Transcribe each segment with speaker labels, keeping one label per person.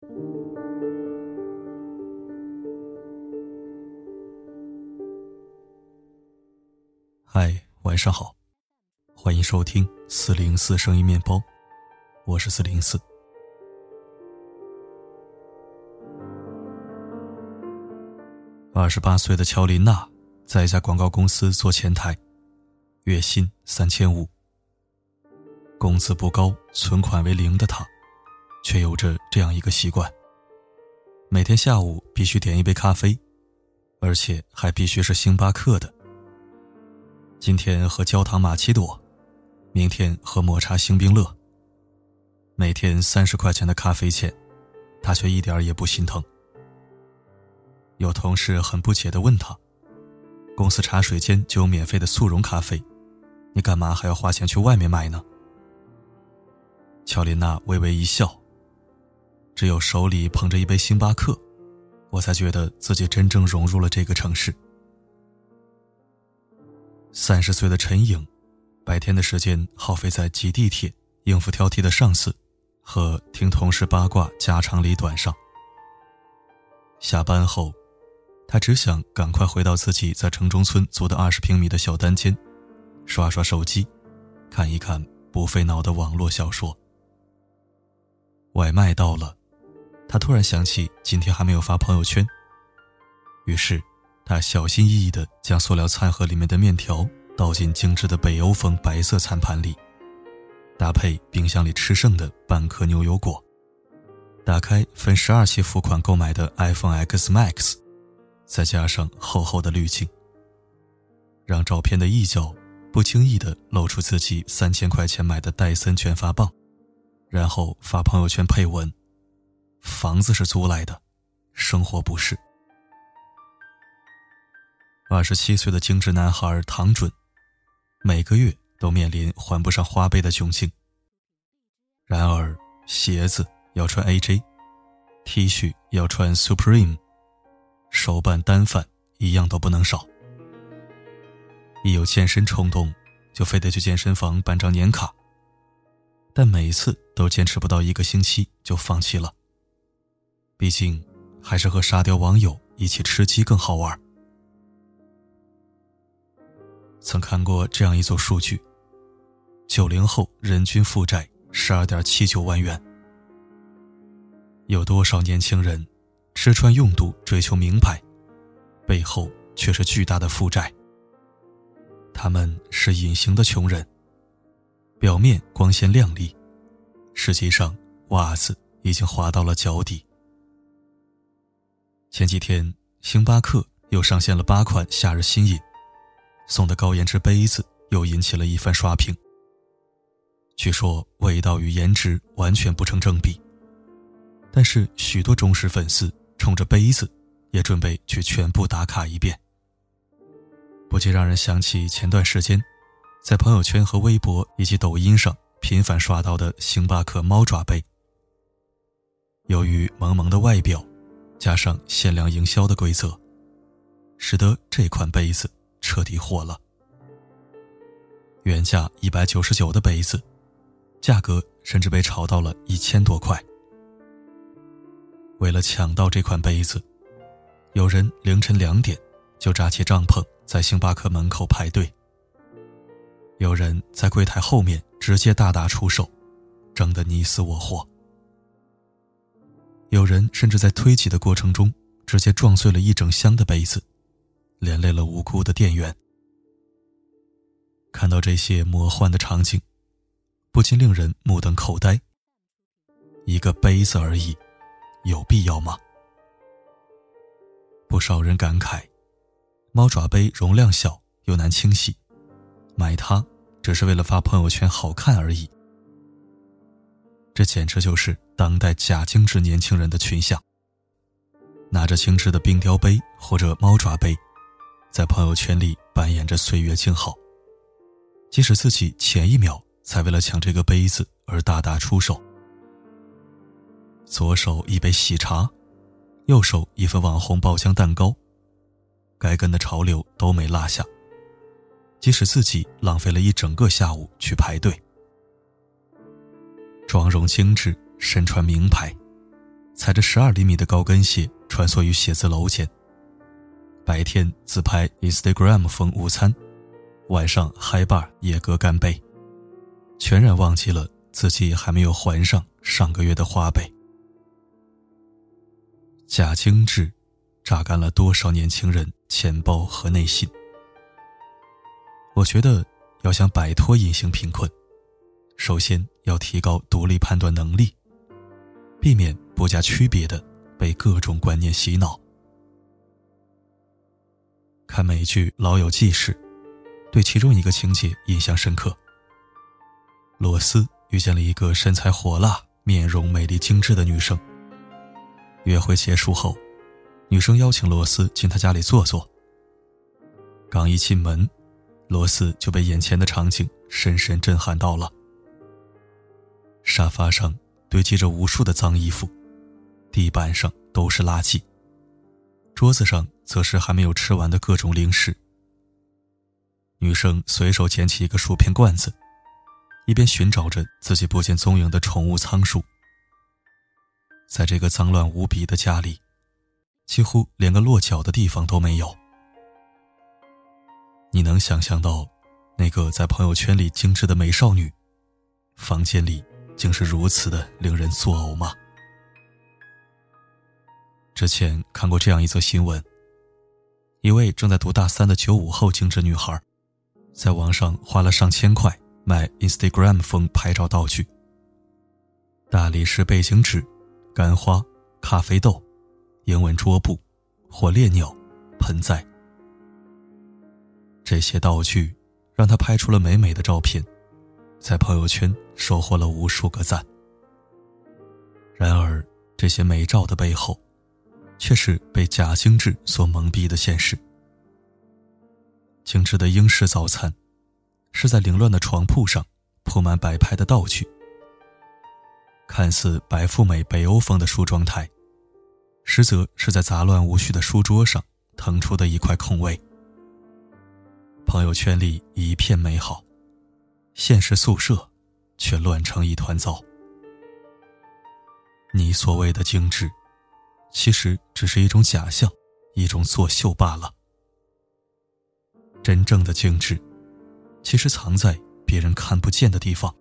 Speaker 1: 嗨，晚上好，欢迎收听404声音面包，我是404。28岁的乔琳娜在一家广告公司做前台，月薪3500，工资不高，存款为0的她，却有着这样一个习惯：每天下午必须点一杯咖啡，而且还必须是星巴克的。今天喝焦糖玛奇朵，明天喝抹茶星冰乐。每天30块钱的咖啡钱，他却一点也不心疼。有同事很不解地问他，公司茶水间就有免费的速溶咖啡，你干嘛还要花钱去外面买呢？乔琳娜微微一笑，只有手里捧着一杯星巴克，我才觉得自己真正融入了这个城市。30岁的陈颖，白天的时间耗费在挤地铁、应付挑剔的上司和听同事八卦家长里短上。下班后，他只想赶快回到自己在城中村租的20平米的小单间，刷刷手机，看一看不费脑的网络小说。外卖到了，他突然想起今天还没有发朋友圈，于是他小心翼翼地将塑料餐盒里面的面条倒进精致的北欧风白色餐盘里，搭配冰箱里吃剩的半颗牛油果，打开分12期付款购买的 iPhone X Max， 再加上厚厚的滤镜，让照片的一角不经意地露出自己3000块钱买的戴森卷发棒，然后发朋友圈配文：房子是租来的，生活不是。27岁的精致男孩唐准，每个月都面临还不上花呗的窘境。然而鞋子要穿 AJ，T 恤要穿 Supreme， 手办单反一样都不能少。一有健身冲动，就非得去健身房办张年卡，但每次都坚持不到1个星期就放弃了。毕竟还是和沙雕网友一起吃鸡更好玩。曾看过这样一组数据，90后人均负债 12.79万元。有多少年轻人吃穿用度追求名牌，背后却是巨大的负债。他们是隐形的穷人，表面光鲜亮丽，实际上袜子已经滑到了脚底。前几天星巴克又上线了8款夏日新饮，送的高颜值杯子又引起了一番刷屏。据说味道与颜值完全不成正比，但是许多忠实粉丝冲着杯子也准备去全部打卡一遍。不禁让人想起前段时间在朋友圈和微博以及抖音上频繁刷到的星巴克猫爪杯。由于萌萌的外表加上限量营销的规则，使得这款杯子彻底火了。原价199的杯子，价格甚至被炒到了1000多块。为了抢到这款杯子，有人凌晨2点就扎起帐篷在星巴克门口排队，有人在柜台后面直接大打出手，争得你死我活。有人甚至在推挤的过程中直接撞碎了一整箱的杯子，连累了无辜的店员。看到这些魔幻的场景，不禁令人目瞪口呆。一个杯子而已，有必要吗？不少人感慨，猫爪杯容量小又难清洗，买它只是为了发朋友圈好看而已。这简直就是当代假精致年轻人的群像，拿着精致的冰雕杯或者猫爪杯，在朋友圈里扮演着岁月静好，即使自己前一秒才为了抢这个杯子而大打出手。左手一杯喜茶，右手一份网红爆浆蛋糕，该跟的潮流都没落下，即使自己浪费了一整个下午去排队。妆容精致，身穿名牌， 踩着12厘米的高跟鞋穿梭于写字楼间，白天自拍 Instagram 风午餐，晚上嗨 bar 野歌干杯，全然忘记了自己还没有还上上个月的花呗。假精致榨干了多少年轻人钱包和内心。我觉得要想摆脱隐形贫困，首先要提高独立判断能力，避免不加区别的被各种观念洗脑。看美剧《老友记》时，对其中一个情节印象深刻。罗斯遇见了一个身材火辣、面容美丽精致的女生。约会结束后，女生邀请罗斯进她家里坐坐。刚一进门，罗斯就被眼前的场景深深震撼到了。沙发上堆积着无数的脏衣服，地板上都是垃圾，桌子上则是还没有吃完的各种零食。女生随手捡起一个薯片罐子，一边寻找着自己不见踪影的宠物仓鼠。在这个脏乱无比的家里，几乎连个落脚的地方都没有。你能想象到那个在朋友圈里精致的美少女，房间里竟是如此的令人作呕吗？之前看过这样一则新闻，一位正在读大3的95后精致女孩，在网上花了上千块买 Instagram 风拍照道具，大理石背景纸、干花、咖啡豆、英文桌布、火烈鸟、盆栽。这些道具让她拍出了美美的照片，在朋友圈收获了无数个赞。然而这些美照的背后，却是被假精致所蒙蔽的现实。精致的英式早餐是在凌乱的床铺上铺满摆拍的道具，看似白富美北欧风的梳妆台，实则是在杂乱无序的书桌上腾出的一块空位。朋友圈里一片美好，现实宿舍却乱成一团糟。你所谓的精致，其实只是一种假象，一种作秀罢了。真正的精致，其实藏在别人看不见的地方。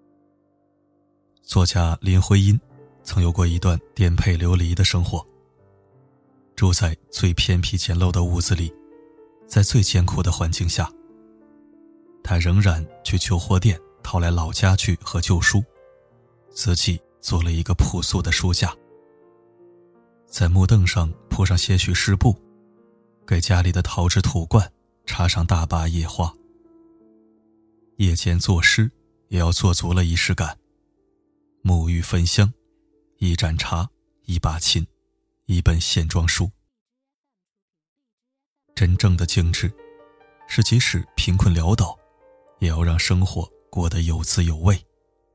Speaker 1: 作家林徽因曾有过一段颠沛流离的生活，住在最偏僻简陋的屋子里，在最艰苦的环境下，他仍然去旧货店淘来老家具和旧书，自己做了一个朴素的书架，在木凳上铺上些许湿布，给家里的陶制土罐插上大把野花。夜间作诗也要做足了仪式感，沐浴焚香，一盏茶，一把琴，一本线装书。真正的精致，是即使贫困潦倒，也要让生活过得有滋有味。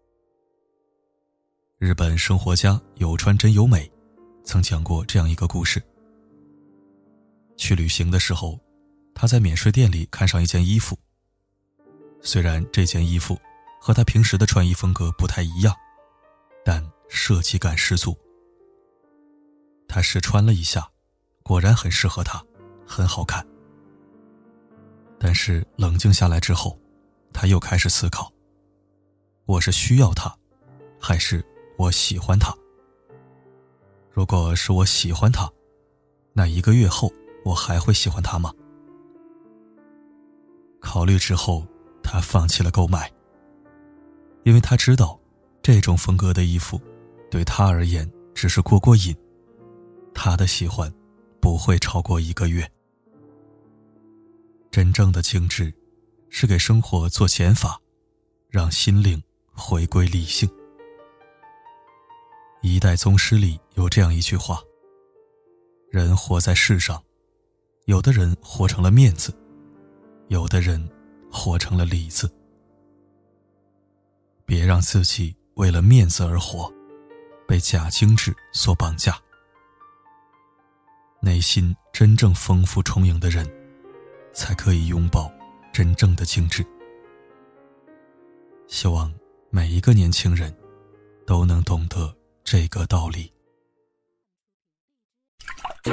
Speaker 1: 日本生活家有川真由美曾讲过这样一个故事。去旅行的时候，他在免税店里看上一件衣服，虽然这件衣服和他平时的穿衣风格不太一样，但设计感十足。他试穿了一下，果然很适合他，很好看。但是冷静下来之后，他又开始思考，我是需要它，还是我喜欢它？如果是我喜欢它，那1个月后我还会喜欢它吗？考虑之后，他放弃了购买，因为他知道这种风格的衣服对他而言只是过过瘾，他的喜欢不会超过1个月。真正的精致是给生活做减法，让心灵回归理性。一代宗师里有这样一句话，人活在世上，有的人活成了面子，有的人活成了里子。别让自己为了面子而活，被假精致所绑架。内心真正丰富充盈的人，才可以拥抱真正的精致。希望每一个年轻人都能懂得这个道理。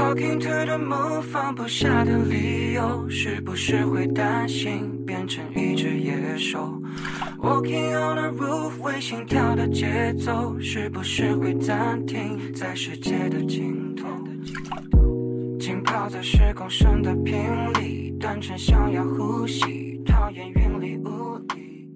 Speaker 2: Talking to the moon， 放不下的理由，是不是会担心变成一只野兽 ？Walking on the roof， 为心跳的节奏，是不是会暂停在世界的尽头？浸泡在时光深的频里，单纯想要呼吸，讨厌云里雾里。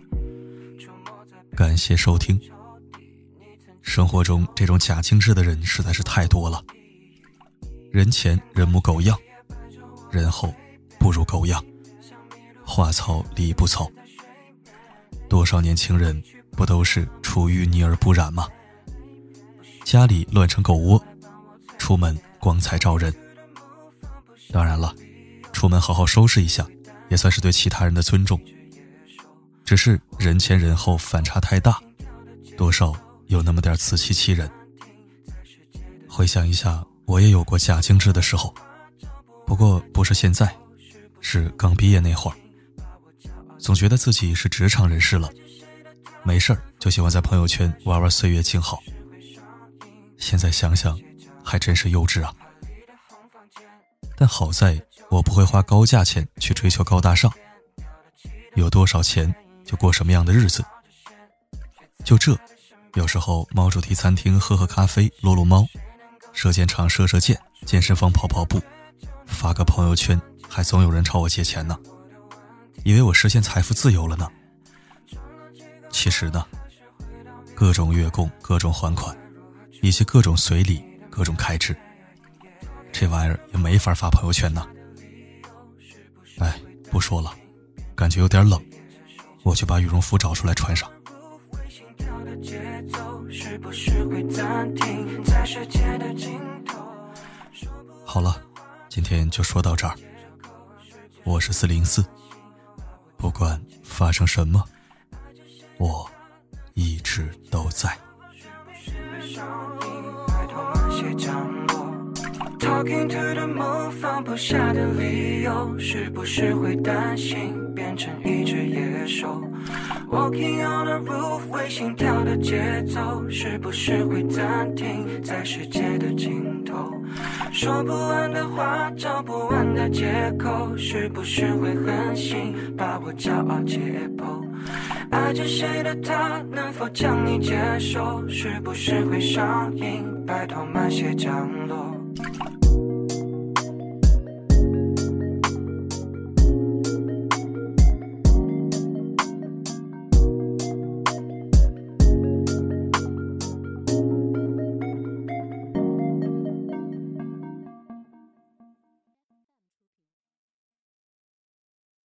Speaker 1: 感谢收听。生活中这种假精致的人实在是太多了。人前人模狗样，人后不如狗样，话糙理不糙。多少年轻人不都是出淤泥而不染吗？家里乱成狗窝，出门光彩照人。当然了，出门好好收拾一下，也算是对其他人的尊重。只是人前人后反差太大，多少有那么点自欺欺人。回想一下，我也有过假精致的时候，不过不是现在，是刚毕业那会儿。总觉得自己是职场人士了，没事儿就喜欢在朋友圈玩玩岁月静好。现在想想还真是幼稚啊。但好在我不会花高价钱去追求高大上，有多少钱就过什么样的日子。就这，有时候猫主题餐厅喝喝咖啡撸撸猫，射箭场射射箭，健身房跑跑步，发个朋友圈还总有人朝我借钱呢，以为我实现财富自由了呢。其实呢，各种月供，各种还款，以及各种随礼，各种开支，这玩意儿也没法发朋友圈呢。哎，不说了，感觉有点冷，我就把羽绒服找出来穿上。好了，今天就说到这儿。我是404，不管发生什么，我一直都在。
Speaker 2: Talking to the moon， 放不下的理由，是不是会担心变成一只野兽 ？Walking on the roof， 为心跳的节奏，是不是会暂停在世界的尽头？说不完的话，找不完的借口，是不是会狠心把我骄傲解剖？爱着谁的他，能否将你接受？是不是会上瘾，拜托慢些降落？